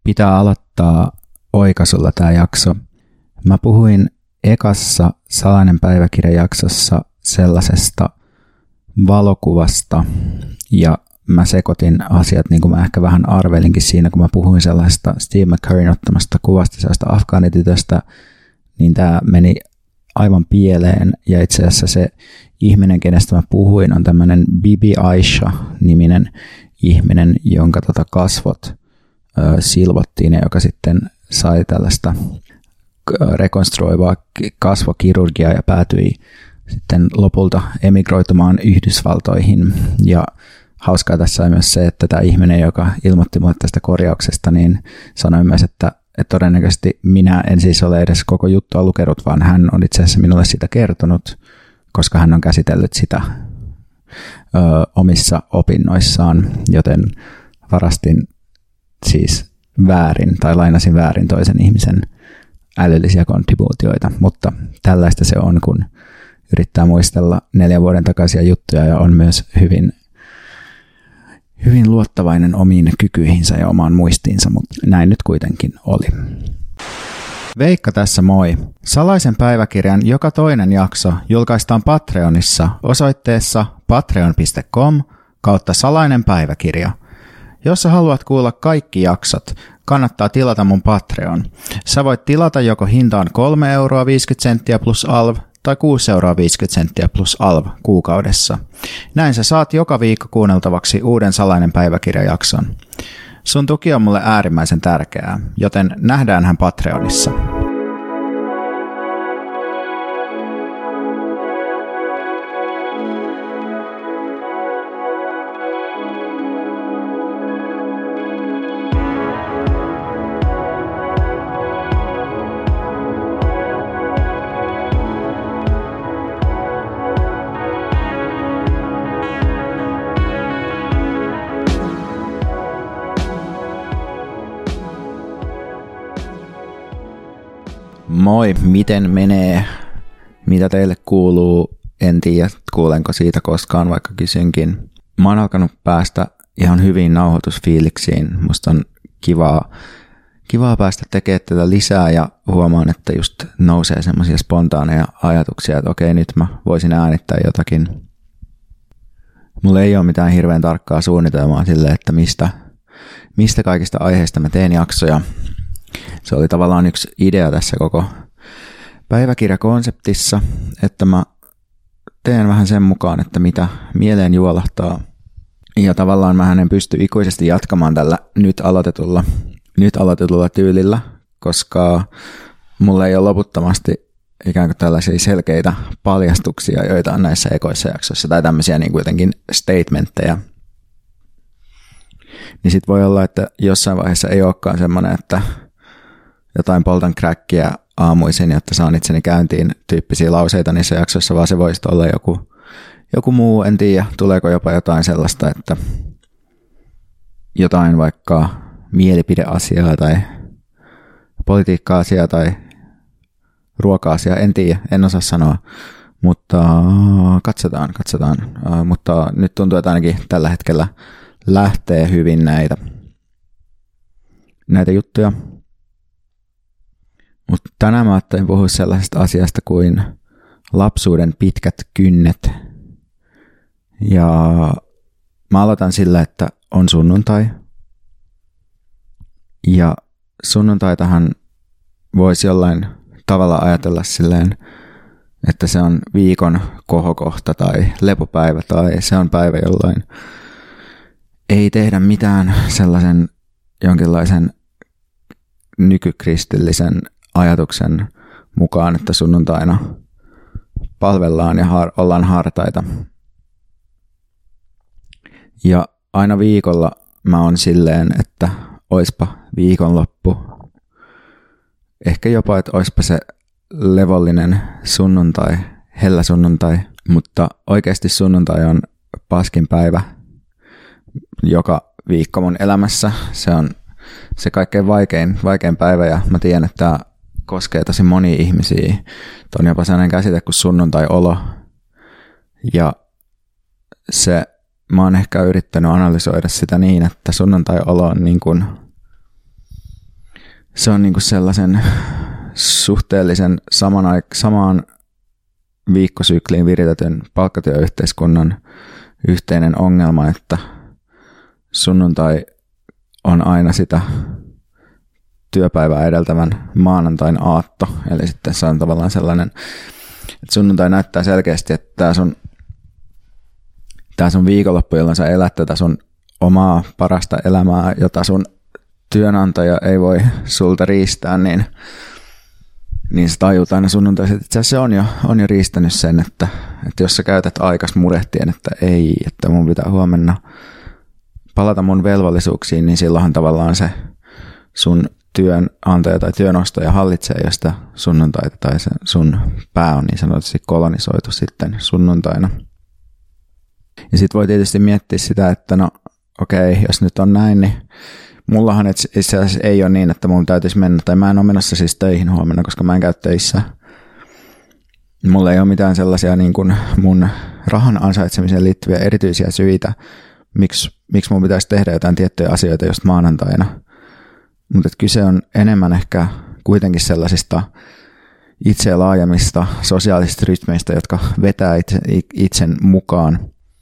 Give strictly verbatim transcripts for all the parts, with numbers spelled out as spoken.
pitää aloittaa oikaisulla tämä jakso. Mä puhuin ekassa Salainen päiväkirja-jaksossa sellaisesta valokuvasta ja mä sekoitin asiat, niin kuin mä ehkä vähän arvelinkin siinä, kun mä puhuin sellaisesta Steve McCurryn ottamasta kuvasta sellaista afgaanitytöstä, niin tämä meni aivan pieleen ja itse asiassa se ihminen, kenestä mä puhuin, on tämmöinen Bibi Aisha-niminen ihminen, jonka tota kasvot ö, silvottiin ja joka sitten sai tällaista rekonstruoivaa kasvokirurgiaa ja päätyi sitten lopulta emigroitumaan Yhdysvaltoihin. Ja hauskaa tässä on myös se, että tämä ihminen, joka ilmoitti mulle tästä korjauksesta, niin sanoi myös, että, että todennäköisesti minä en siis ole edes koko juttua lukenut, vaan hän on itse asiassa minulle sitä kertonut, koska hän on käsitellyt sitä ö, omissa opinnoissaan, joten varastin siis väärin tai lainasin väärin toisen ihmisen älyllisiä kontribuutioita, mutta tällaista se on, kun yrittää muistella neljän vuoden takaisia juttuja ja on myös hyvin, hyvin luottavainen omiin kykyihinsä ja omaan muistiinsa, mutta näin nyt kuitenkin oli. Veikka tässä moi. Salaisen päiväkirjan joka toinen jakso julkaistaan Patreonissa osoitteessa patreon piste com kautta salainen päiväkirja. Jos sä haluat kuulla kaikki jaksot, kannattaa tilata mun Patreon. Sä voit tilata joko hintaan kolme euroa viisikymmentä senttiä plus alv tai kuusi euroa viisikymmentä senttiä plus alv kuukaudessa. Näin sä saat joka viikko kuunneltavaksi uuden Salainen päiväkirjajakson. Sun tuki on mulle äärimmäisen tärkeää, joten nähdäänhän Patreonissa. Moi, miten menee? Mitä teille kuuluu? En tiedä, kuulenko siitä koskaan, vaikka kysynkin. Mä oon alkanut päästä ihan hyviin nauhoitusfiiliksiin. Musta on kivaa, kivaa päästä tekemään tätä lisää ja huomaan, että just nousee semmoisia spontaaneja ajatuksia, että okei, nyt mä voisin äänittää jotakin. Mulla ei ole mitään hirveän tarkkaa suunnitelmaa sille, että mistä, mistä kaikista aiheista mä teen jaksoja. Se oli tavallaan yksi idea tässä koko päiväkirjakonseptissa, että mä teen vähän sen mukaan, että mitä mieleen juolahtaa. Ja tavallaan mä en pysty ikuisesti jatkamaan tällä nyt aloitetulla, nyt aloitetulla tyylillä, koska mulla ei ole loputtomasti ikään kuin tällaisia selkeitä paljastuksia, joita on näissä ekoissa jaksoissa, tai tämmöisiä niin kuin jotenkin statementteja. Niin sit voi olla, että jossain vaiheessa ei olekaan semmoinen, että jotain poltan crackia aamuisin, jotta saan itseni käyntiin tyyppisiä lauseita niissä jaksoissa, vaan se voisi olla joku, joku muu, en tiedä, tuleeko jopa jotain sellaista, että jotain vaikka mielipideasiaa tai politiikka-asiaa tai ruoka-asiaa, en tiedä, en osaa sanoa, mutta katsotaan, katsotaan, uh, mutta nyt tuntuu, että ainakin tällä hetkellä lähtee hyvin näitä, näitä juttuja. Mutta tänään mä ajattelin puhua sellaisesta asiasta kuin lapsuuden pitkät kynnet. Ja mä aloitan sillä, että on sunnuntai. Ja sunnuntaitahan voisi jollain tavalla ajatella silleen, että se on viikon kohokohta tai lepopäivä tai se on päivä, jolloin ei tehdä mitään sellaisen jonkinlaisen nykykristillisen ajatuksen mukaan, että sunnuntaina palvellaan ja har- ollaan hartaita. Ja aina viikolla mä oon silleen, että oispa viikonloppu. Ehkä jopa, että oispa se levollinen sunnuntai, hellä sunnuntai, mutta oikeasti sunnuntai on paskin päivä joka viikko mun elämässä. Se on se kaikkein vaikein, vaikein päivä ja mä tiedän, että tämä koskee tosi monia ihmisiä. Tuo on jopa sellainen käsite kuin sunnuntai-olo. Ja se, mä oon ehkä yrittänyt analysoida sitä niin, että sunnuntai-olo on niin kuin se on niinku sellaisen suhteellisen saman, aik- samaan viikkosykliin viritetyn palkkatyöyhteiskunnan yhteinen ongelma, että sunnuntai on aina sitä työpäivää edeltävän maanantain aatto. Eli sitten se on tavallaan sellainen, että sunnuntai näyttää selkeästi, että tämä sun, tää sun viikonloppu, jolloin sä elät tätä sun omaa parasta elämää, jota sun työnantaja ei voi sulta riistää, niin, niin sä tajut aina sunnuntaisin, että itse asiassa se on jo, on jo riistänyt sen, että, että jos sä käytät aikas murehtien, että ei, että mun pitää huomenna palata mun velvollisuuksiin, niin silloinhan tavallaan se sun työnantaja tai työnostaja hallitsee jo sitä sunnuntaita tai se sun pää on niin sanotusti kolonisoitu sitten sunnuntaina. Ja sit voi tietysti miettiä sitä, että no okei, okay, jos nyt on näin, niin mullahan itse asiassa ei ole niin, että mun täytyisi mennä, tai mä en ole menossa siis töihin huomenna, koska mä en käy töissä. Mulla ei ole mitään sellaisia niin kuin mun rahan ansaitsemiseen liittyviä erityisiä syitä, miksi, miksi mun pitäisi tehdä jotain tiettyjä asioita just maanantaina. Mutta kyse on enemmän ehkä kuitenkin sellaisista itseä laajemmista sosiaalisista rytmeistä, jotka vetää itse, itsen mukaan.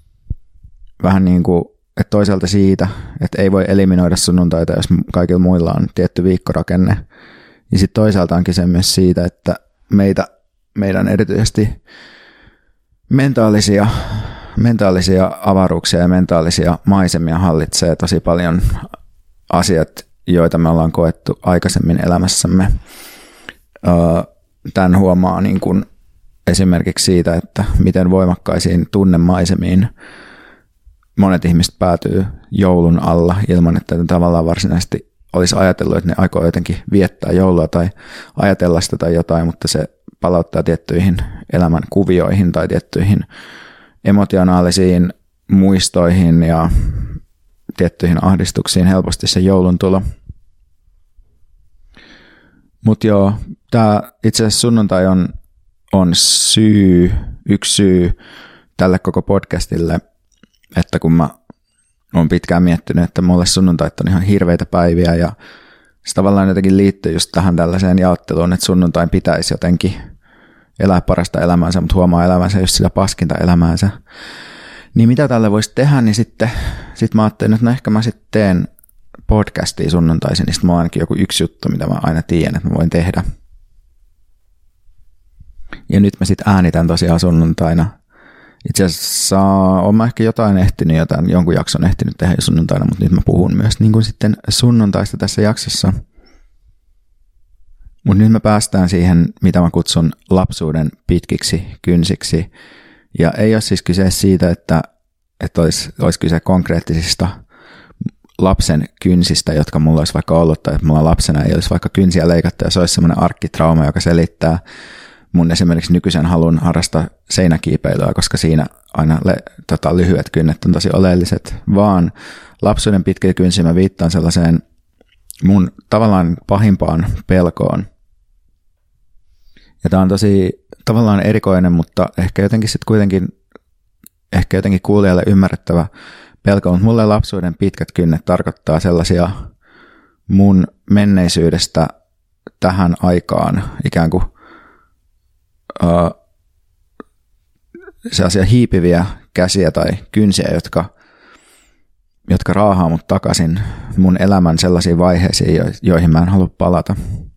Vähän niin kuin, että toisaalta siitä, että ei voi eliminoida sunnuntaita, jos kaikilla muilla on tietty viikkorakenne. Ja sitten toisaalta on kyse myös siitä, että meitä, meidän erityisesti mentaalisia, mentaalisia avaruuksia ja mentaalisia maisemia hallitsee tosi paljon asiat, joita me ollaan koettu aikaisemmin elämässämme. Tämän huomaa niin kuin esimerkiksi siitä, että miten voimakkaisiin tunnemaisemiin monet ihmiset päätyy joulun alla ilman, että ne tavallaan varsinaisesti olisi ajatellut, että ne aikoo jotenkin viettää joulua tai ajatella sitä tai jotain, mutta se palauttaa tiettyihin elämän kuvioihin tai tiettyihin emotionaalisiin muistoihin ja tiettyihin ahdistuksiin helposti se joulun tulo. Mutta joo, tämä itse asiassa sunnuntai on, on syy, yksi syy tälle koko podcastille, että kun mä oon pitkään miettinyt, että mulle sunnuntait on ihan hirveitä päiviä ja se tavallaan jotenkin liittyy just tähän tällaiseen jaotteluun, että sunnuntain pitäisi jotenkin elää parasta elämäänsä, mutta huomaa elämänsä just sitä paskinta elämäänsä. Niin mitä tälle voisi tehdä, niin sitten sit mä ajattelin, että no ehkä mä sitten teen podcastia sunnuntaisin, niin sitten mulla on ainakin joku yksi juttu, mitä mä aina tiedän, että mä voin tehdä. Ja nyt mä sitten äänitän tosiaan sunnuntaina. Itse asiassa oon mä ehkä jotain ehtinyt, jotain, jonkun jakson ehtinyt tehdä sunnuntaina, mutta nyt mä puhun myös niin kuin sitten sunnuntaista tässä jaksossa. Mutta nyt me päästään siihen, mitä mä kutsun lapsuuden pitkiksi kynsiksi. Ja ei ole siis kyse siitä, että, että olisi, olisi kyse konkreettisista lapsen kynsistä, jotka mulla olisi vaikka ollut, tai että mulla lapsena ei olisi vaikka kynsiä leikattu, ja se olisi semmoinen arkkitrauma, joka selittää mun esimerkiksi nykyisen halun harrastaa seinäkiipeilyä, koska siinä aina le, tota, lyhyet kynnet on tosi oleelliset, vaan lapsuuden pitkä kynsi mä viittaan sellaiseen mun tavallaan pahimpaan pelkoon. Ja tää on tosi tavallaan erikoinen, mutta ehkä jotenkin sitten kuitenkin ehkä jotenkin kuulijalle ymmärrettävä pelko, mutta mulle lapsuuden pitkät kynnet tarkoittaa sellaisia mun menneisyydestä tähän aikaan ikään kuin uh, sellaisia hiipiviä käsiä tai kynsiä, jotka, jotka raahaa mut takaisin mun elämän sellaisiin vaiheisiin, joihin mä en halua palata.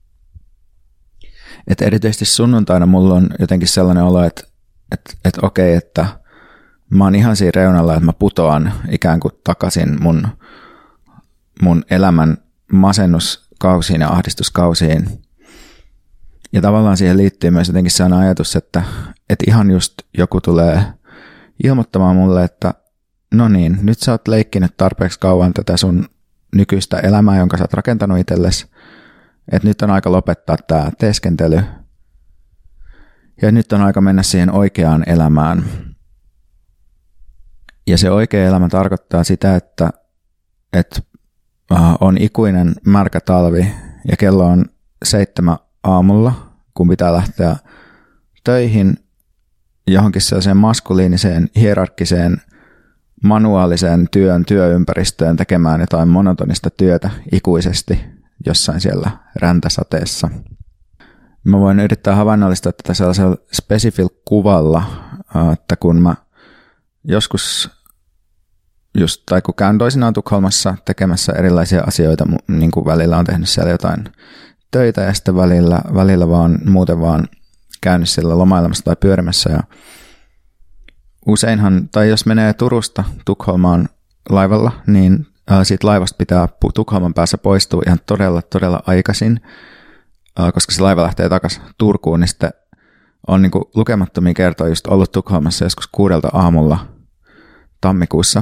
Et erityisesti sunnuntaina mulla on jotenkin sellainen olo, että, että, että okei, että mä oon ihan siinä reunalla, että mä putoan ikään kuin takaisin mun, mun elämän masennuskausiin ja ahdistuskausiin. Ja tavallaan siihen liittyy myös jotenkin sellainen ajatus, että, että ihan just joku tulee ilmoittamaan mulle, että no niin, nyt sä oot leikkinyt tarpeeksi kauan tätä sun nykyistä elämää, jonka sä oot rakentanut itsellesi, että nyt on aika lopettaa tää teeskentely ja nyt on aika mennä siihen oikeaan elämään. Ja se oikea elämä tarkoittaa sitä, että, että on ikuinen märkä talvi ja kello on seitsemän aamulla, kun pitää lähteä töihin johonkin sellaiseen maskuliiniseen, hierarkkiseen, manuaaliseen työn, työympäristöön tekemään jotain monotonista työtä ikuisesti, jossain siellä räntäsateessa. Mä voin yrittää havainnollistaa tätä sellaisella spesifillä kuvalla, että kun mä joskus just, tai kun käyn toisinaan Tukholmassa tekemässä erilaisia asioita, niin kuin välillä on tehnyt siellä jotain töitä ja sitten välillä, välillä vaan muuten vaan käynyt siellä lomailemassa tai pyörimässä. Ja useinhan, tai jos menee Turusta Tukholmaan laivalla, niin siitä laivasta pitää Tukholman päässä poistua ihan todella, todella aikaisin, koska se laiva lähtee takaisin Turkuun, niin sitten on niin kuin lukemattomia kertoja just ollut Tukholmassa joskus kuudelta aamulla tammikuussa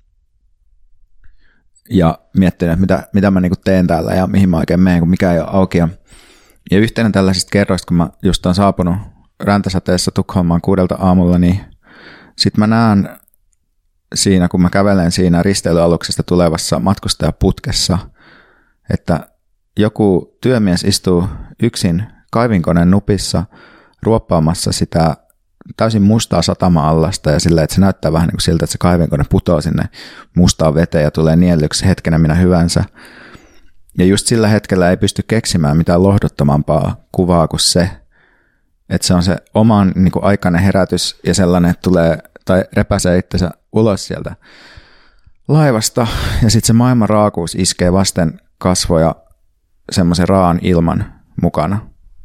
ja miettinyt, että mitä, mitä mä niin kuin teen täällä ja mihin mä oikein menen, kun mikä ei ole auki. Ja, ja yhtenä tällaisista kerroista, kun mä just on saapunut räntäsateessa Tukholmaan kuudelta aamulla, niin sitten mä näen siinä, kun mä kävelen siinä risteilyaluksesta tulevassa matkustajaputkessa, että joku työmies istuu yksin kaivinkoneen nupissa ruoppaamassa sitä täysin mustaa satama-allasta ja sillä, että se näyttää vähän niin kuin siltä, että se kaivinkone putoaa sinne mustaan veteen ja tulee niellyksi hetkenä minä hyvänsä. Ja just sillä hetkellä ei pysty keksimään mitään lohduttomampaa kuvaa kuin se, että se on se oman niin kuin aikainen herätys ja sellainen, että tulee tai repäsee itsensä ulos sieltä laivasta ja sitten se maailman raakuus iskee vasten kasvoja semmoisen raan ilman mukana.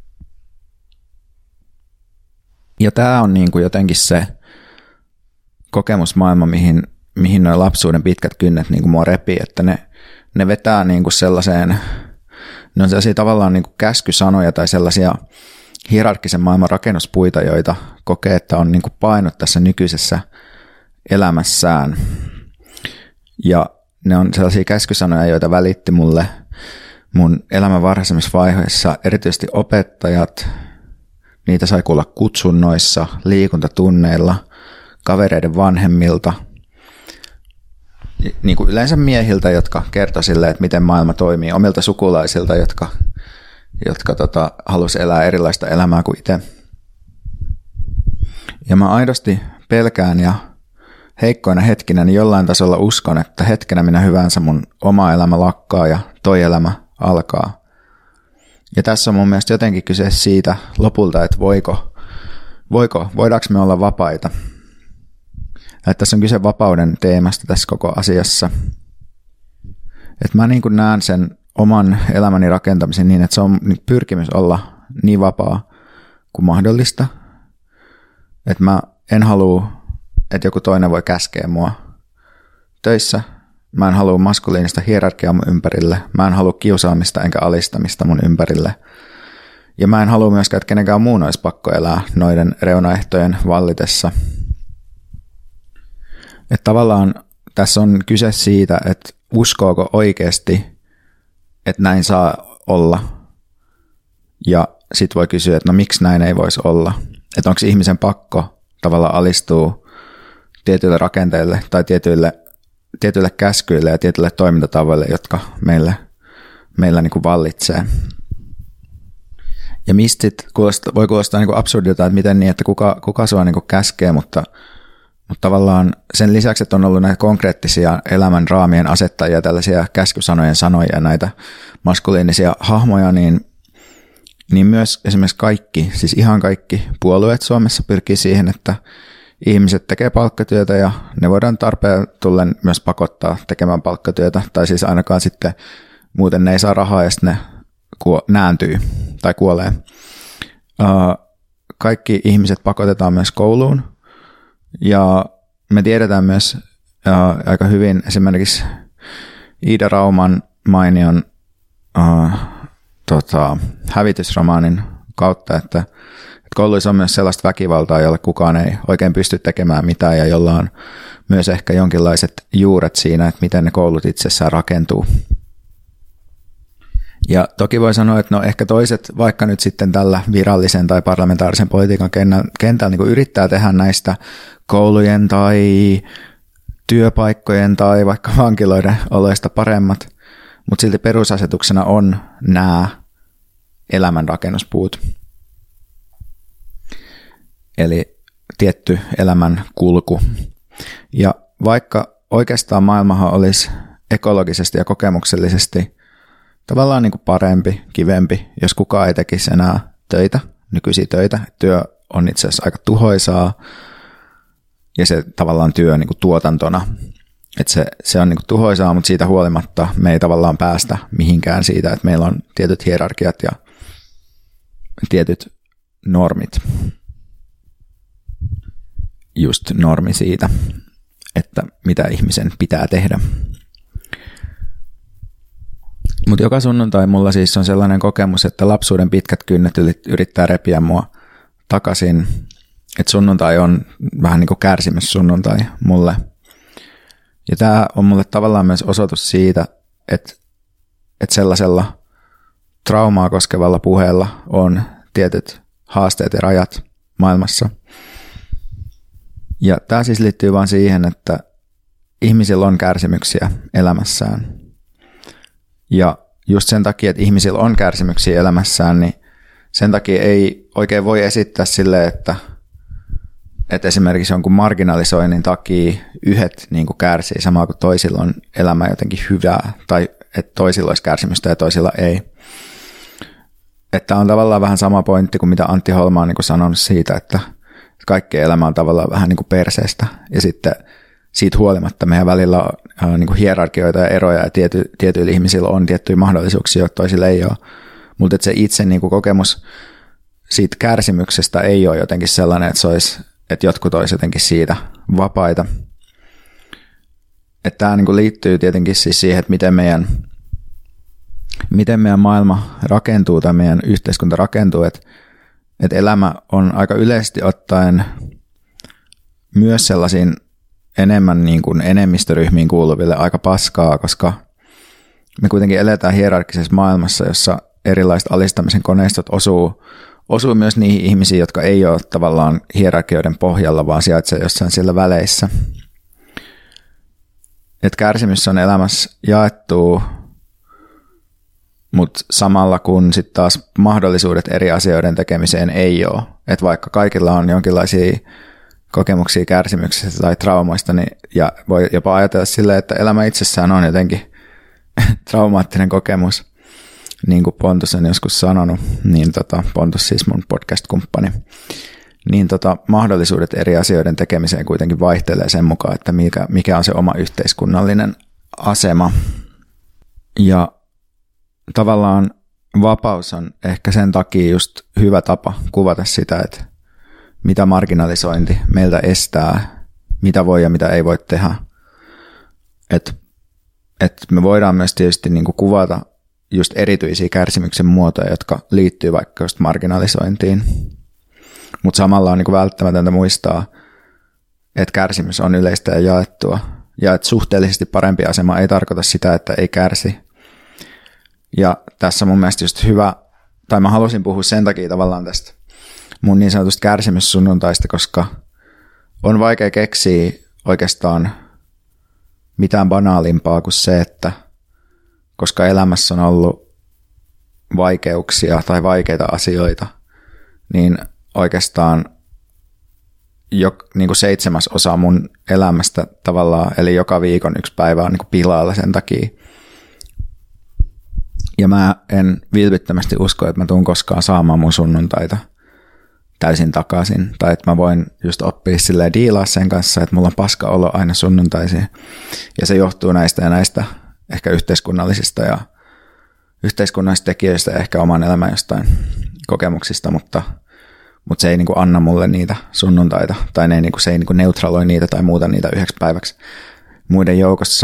Ja tämä on niin kuin jotenkin se kokemusmaailma, mihin, mihin nuo lapsuuden pitkät kynnet niin kuin mua repii, että ne, ne vetää niin kuin sellaiseen, ne on sellaisia tavallaan niin kuin käskysanoja tai sellaisia hierarkkisen maailman rakennuspuita, joita kokee, että on niin kuin painot tässä nykyisessä elämässään. Ja ne on sellaisia käskysanoja, joita välitti mulle mun elämän varhaisemmissa vaiheissa erityisesti opettajat. Niitä sai kuulla kutsunnoissa, liikuntatunneilla, kavereiden vanhemmilta, niin kuin yleensä miehiltä, jotka kertoi sille, että miten maailma toimii, omilta sukulaisilta, jotka, jotka tota, halusi elää erilaista elämää kuin itse. Ja mä aidosti pelkään ja heikkoina hetkinä niin jollain tasolla uskon, että hetkenä minä hyvänsä mun oma elämä lakkaa ja toi elämä alkaa. Ja tässä on mun mielestä jotenkin kyse siitä lopulta, että voiko, voiko, voidaanko me olla vapaita. Että tässä on kyse vapauden teemasta tässä koko asiassa. Että mä niin kuin näen sen oman elämäni rakentamisen niin, että se on pyrkimys olla niin vapaa kuin mahdollista. Että mä en halua, että joku toinen voi käskeä mua töissä. Mä en halua maskuliinista hierarkiaa mun ympärille. Mä en halua kiusaamista enkä alistamista mun ympärille. Ja mä en halua myöskään, että kenenkään muun olisi pakko elää noiden reunaehtojen vallitessa. Että tavallaan tässä on kyse siitä, että uskooko oikeasti, että näin saa olla. Ja sit voi kysyä, että no miksi näin ei voisi olla. Että onko ihmisen pakko tavallaan alistua tietyille rakenteille tai tietyille tietyille käskyille ja tietyille toimintatavoille, jotka meillä, meillä niin kuin vallitsee. Ja mistä sit kuulostaa, voi kuulostaa niin kuin absurdilta, että miten niin, että kuka, kuka sua niin kuin käskee, mutta, mutta tavallaan sen lisäksi, että on ollut näitä konkreettisia elämän raamien asettajia, tällaisia käskysanojen sanoja, näitä maskuliinisia hahmoja, niin, niin myös esimerkiksi kaikki, siis ihan kaikki puolueet Suomessa pyrkii siihen, että ihmiset tekee palkkatyötä ja ne voidaan tarpeen tullen myös pakottaa tekemään palkkatyötä, tai siis ainakaan sitten muuten ne ei saa rahaa ja sitten ne kuo- nääntyy tai kuolee. Kaikki ihmiset pakotetaan myös kouluun ja me tiedetään myös aika hyvin esimerkiksi Iida Rauman mainion uh, tota, hävitysromaanin kautta, että kouluissa on myös sellaista väkivaltaa, jolle kukaan ei oikein pysty tekemään mitään ja jolla on myös ehkä jonkinlaiset juuret siinä, että miten ne koulut itsessään rakentuu. Ja toki voi sanoa, että no ehkä toiset vaikka nyt sitten tällä virallisen tai parlamentaarisen politiikan kentällä niin kuin yrittää tehdä näistä koulujen tai työpaikkojen tai vaikka vankiloiden oloista paremmat, mutta silti perusasetuksena on nämä elämän rakennuspuut. Eli tietty elämän kulku. Ja vaikka oikeastaan maailmahan olisi ekologisesti ja kokemuksellisesti tavallaan niin kuin parempi, kivempi, jos kukaan ei tekisi enää töitä, nykyisiä töitä. Työ on itse asiassa aika tuhoisaa ja se tavallaan työ niin kuin tuotantona, että se, se on niin kuin tuhoisaa, mutta siitä huolimatta me ei tavallaan päästä mihinkään siitä, että meillä on tietyt hierarkiat ja tietyt normit. Just normi siitä, että mitä ihmisen pitää tehdä. Mutta joka sunnuntai mulla siis on sellainen kokemus, että lapsuuden pitkät kynnet yrittää repiä mua takaisin. Että sunnuntai on vähän niin kuin kärsimys sunnuntai mulle. Ja tämä on mulle tavallaan myös osoitus siitä, että, että sellaisella traumaa koskevalla puheella on tietyt haasteet ja rajat maailmassa. Ja tämä siis liittyy vaan siihen, että ihmisillä on kärsimyksiä elämässään. Ja just sen takia, että ihmisillä on kärsimyksiä elämässään, niin sen takia ei oikein voi esittää silleen, että, että esimerkiksi jonkun marginalisoinnin takia yhdet niin kuin kärsii samalla kuin toisilla on elämä jotenkin hyvää, tai että toisilla olisi kärsimystä ja toisilla ei. Että on tavallaan vähän sama pointti kuin mitä Antti Holma on niin kuin sanonut siitä, että kaikkien elämä on tavallaan vähän niin kuin perseestä, ja sitten siitä huolimatta meidän välillä on niin kuin hierarkioita ja eroja, ja tiety, tietyillä ihmisillä on tiettyjä mahdollisuuksia, joita toisilla ei ole. Mutta se itse niin kuin kokemus siitä kärsimyksestä ei ole jotenkin sellainen, että, se olisi, että jotkut olisi jotenkin siitä vapaita. Että tämä niin kuin liittyy tietenkin siis siihen, että miten meidän, miten meidän maailma rakentuu tai meidän yhteiskunta rakentuu, että että elämä on aika yleisesti ottaen myös sellaisiin enemmän niin kuin enemmistöryhmiin kuuluville aika paskaa, koska me kuitenkin eletään hierarkkisessa maailmassa, jossa erilaiset alistamisen koneistot osuu, osuu myös niihin ihmisiin, jotka ei ole tavallaan hierarkioiden pohjalla, vaan sijaitsee jossain siellä väleissä. Että kärsimys on elämässä jaettu, mutta samalla kun sitten taas mahdollisuudet eri asioiden tekemiseen ei ole. Että vaikka kaikilla on jonkinlaisia kokemuksia kärsimyksistä tai traumoista, niin, ja voi jopa ajatella silleen, että elämä itsessään on jotenkin traumaattinen kokemus, niin kuin Pontus on joskus sanonut, niin tota, Pontus siis mun podcast-kumppani, niin tota, mahdollisuudet eri asioiden tekemiseen kuitenkin vaihtelee sen mukaan, että mikä, mikä on se oma yhteiskunnallinen asema. Ja tavallaan vapaus on ehkä sen takia just hyvä tapa kuvata sitä, että mitä marginalisointi meiltä estää, mitä voi ja mitä ei voi tehdä. Että et me voidaan myös tietysti niinku kuvata just erityisiä kärsimyksen muotoja, jotka liittyy vaikka just marginalisointiin. Mutta samalla on niinku välttämätöntä muistaa, että kärsimys on yleistä ja jaettua. Ja että suhteellisesti parempi asema ei tarkoita sitä, että ei kärsi. Ja tässä mun mielestä just hyvä, tai mä halusin puhua sen takia tavallaan tästä mun niin sanotusta kärsimyssunnuntaista, koska on vaikea keksiä oikeastaan mitään banaalimpaa kuin se, että koska elämässä on ollut vaikeuksia tai vaikeita asioita, niin oikeastaan jo, niin kuin seitsemäs osa mun elämästä tavallaan, eli joka viikon yksi päivä on niin kuin pilalla sen takia. Ja mä en vilpittömästi usko, että mä tuun koskaan saamaan mun sunnuntaita täysin takaisin. Tai että mä voin just oppia silleen diilaa sen kanssa, että mulla on paska olo aina sunnuntaisin. Ja se johtuu näistä ja näistä ehkä yhteiskunnallisista ja yhteiskunnallisista tekijöistä ja ehkä oman elämän jostain kokemuksista, mutta, mutta se ei niinku anna mulle niitä sunnuntaita. Tai ne ei niinku, se ei niinku neutraloi niitä tai muuta niitä yhdeksi päiväksi muiden joukossa.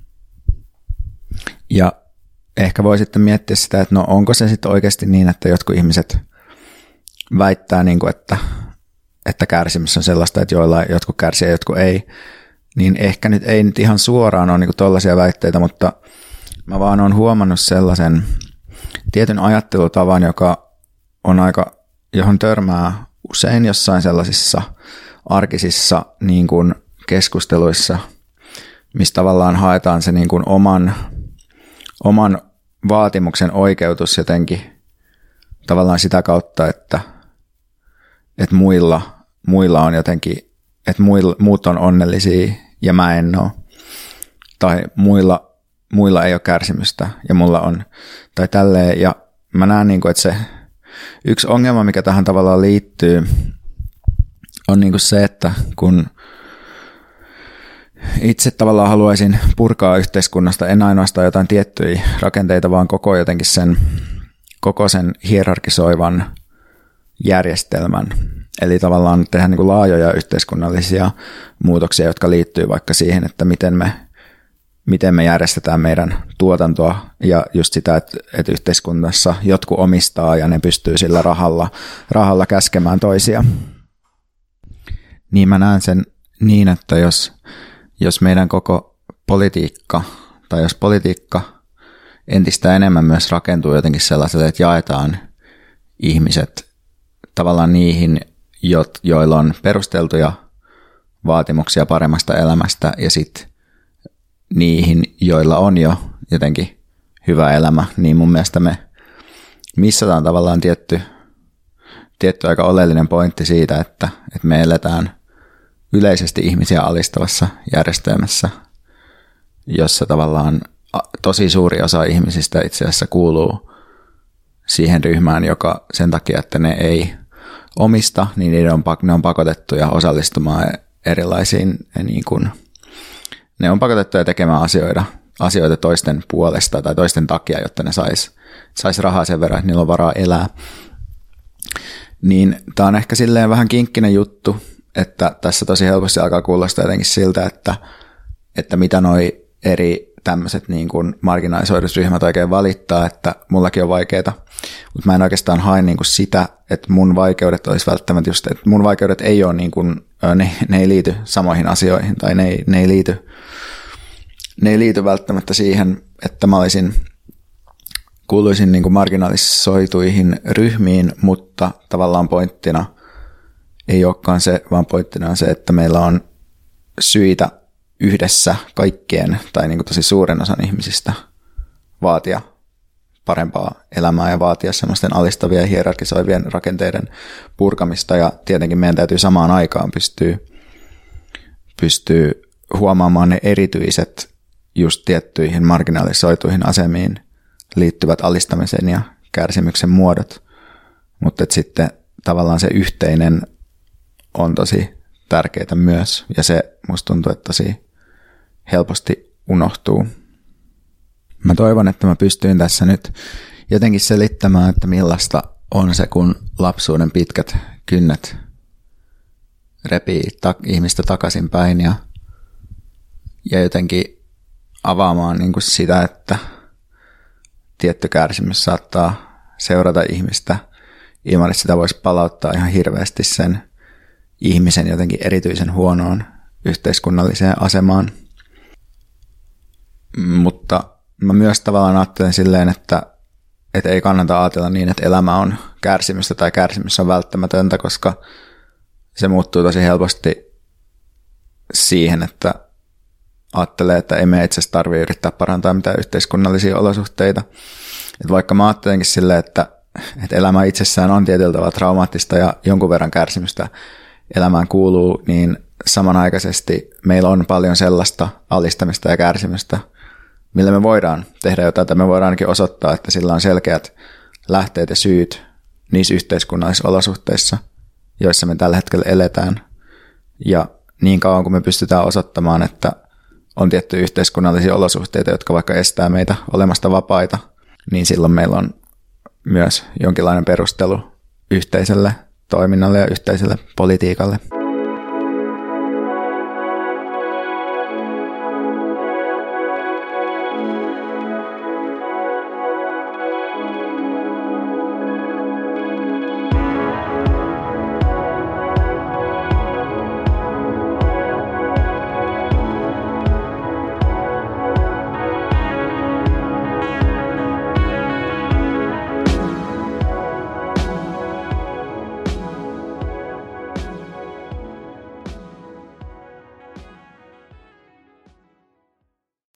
Ja ehkä voi sitten miettiä sitä, että no onko se sitten oikeasti niin, että jotkut ihmiset väittää, niin kuin, että, että kärsimys on sellaista, että joilla jotkut kärsii ja jotkut ei, niin ehkä nyt ei nyt ihan suoraan ole niin kuin tollaisia väitteitä, mutta mä vaan olen huomannut sellaisen tietyn ajattelutavan, joka on aika, johon törmää usein jossain sellaisissa arkisissa niin kuin keskusteluissa, missä tavallaan haetaan se niin kuin oman, oman vaatimuksen oikeutus jotenkin tavallaan sitä kautta, että, että muilla, muilla on jotenkin, että muilla, muut on onnellisia ja mä en ole. Tai muilla muilla ei ole kärsimystä ja mulla on, tai tälleen. Ja mä näen, niin kuin, että se yksi ongelma, mikä tähän tavallaan liittyy, on niin kuin se, että kun itse tavallaan haluaisin purkaa yhteiskunnasta en ainoastaan jotain tiettyjä rakenteita, vaan koko jotenkin sen, koko sen hierarkisoivan järjestelmän. Eli tavallaan tehdä niin kuin laajoja yhteiskunnallisia muutoksia, jotka liittyy vaikka siihen, että miten me, miten me järjestetään meidän tuotantoa ja just sitä, että, että yhteiskunnassa jotkut omistaa ja ne pystyy sillä rahalla, rahalla käskemään toisia. Niin mä näen sen niin, että jos, jos meidän koko politiikka tai jos politiikka entistä enemmän myös rakentuu jotenkin sellaiselle, että jaetaan ihmiset tavallaan niihin, joilla on perusteltuja vaatimuksia paremmasta elämästä ja sitten niihin, joilla on jo jotenkin hyvä elämä, niin mun mielestä me missataan tavallaan tietty, tietty aika oleellinen pointti siitä, että, että me eletään yleisesti ihmisiä alistavassa järjestelmässä, jossa tavallaan tosi suuri osa ihmisistä itse asiassa kuuluu siihen ryhmään, joka sen takia, että ne ei omista, niin niiden on, ne on pakotettuja osallistumaan erilaisiin, niin kuin, ne on pakotettuja tekemään asioita, asioita toisten puolesta tai toisten takia, jotta ne sais, sais rahaa sen verran, että niillä on varaa elää. Niin tämä on ehkä silleen vähän kinkkinen juttu, että tässä tosi helposti alkaa kuulostaa jotenkin siltä, että, että mitä noi eri tämmöiset niin kuin marginalisoidut ryhmät oikein valittaa, että mullakin on vaikeaa, mutta mä en oikeastaan hae niin kuin sitä, että mun vaikeudet olisi välttämättä just, että mun vaikeudet ei ole niin kuin, ne, ne ei liity samoihin asioihin tai ne ei, ne ei liity, ne ei liity välttämättä siihen, että mä olisin, kuuluisin niin kuin marginalisoituihin ryhmiin, mutta tavallaan pointtina ei olekaan se, vaan pointtina on se, että meillä on syitä yhdessä kaikkien tai niin kuin tosi suuren osan ihmisistä vaatia parempaa elämää ja vaatia semmoisten alistavia ja hierarkisoivien rakenteiden purkamista. Ja tietenkin meidän täytyy samaan aikaan pystyä, pystyä huomaamaan ne erityiset just tiettyihin marginalisoituihin asemiin liittyvät alistamisen ja kärsimyksen muodot. Mutta sitten tavallaan se yhteinen on tosi tärkeää myös ja se musta tuntuu, että tosi helposti unohtuu. Mä toivon, että mä pystyin tässä nyt jotenkin selittämään, että millaista on se, kun lapsuuden pitkät kynnet repii ta- ihmistä takaisinpäin ja, ja jotenkin avaamaan niin kuin sitä, että tietty kärsimys saattaa seurata ihmistä ilman, että sitä voisi palauttaa ihan hirveästi sen ihmisen jotenkin erityisen huonoon yhteiskunnalliseen asemaan. Mutta mä myös tavallaan ajattelen silleen, että, että ei kannata ajatella niin, että elämä on kärsimystä tai kärsimys on välttämätöntä, koska se muuttuu tosi helposti siihen, että ajattelee, että ei me itse asiassa tarvitse yrittää parantaa mitään yhteiskunnallisia olosuhteita. Että vaikka mä ajattelenkin silleen, että, että elämä itsessään on tietyllä tavalla traumaattista ja jonkun verran kärsimystä elämään kuuluu, niin samanaikaisesti meillä on paljon sellaista alistamista ja kärsimystä, millä me voidaan tehdä jotain, että me voidaan ainakin osoittaa, että sillä on selkeät lähteet ja syyt niissä yhteiskunnallisissa olosuhteissa, joissa me tällä hetkellä eletään. Ja niin kauan kuin me pystytään osoittamaan, että on tiettyjä yhteiskunnallisia olosuhteita, jotka vaikka estää meitä olemasta vapaita, niin silloin meillä on myös jonkinlainen perustelu yhteiselle toiminnalle ja yhteiselle politiikalle.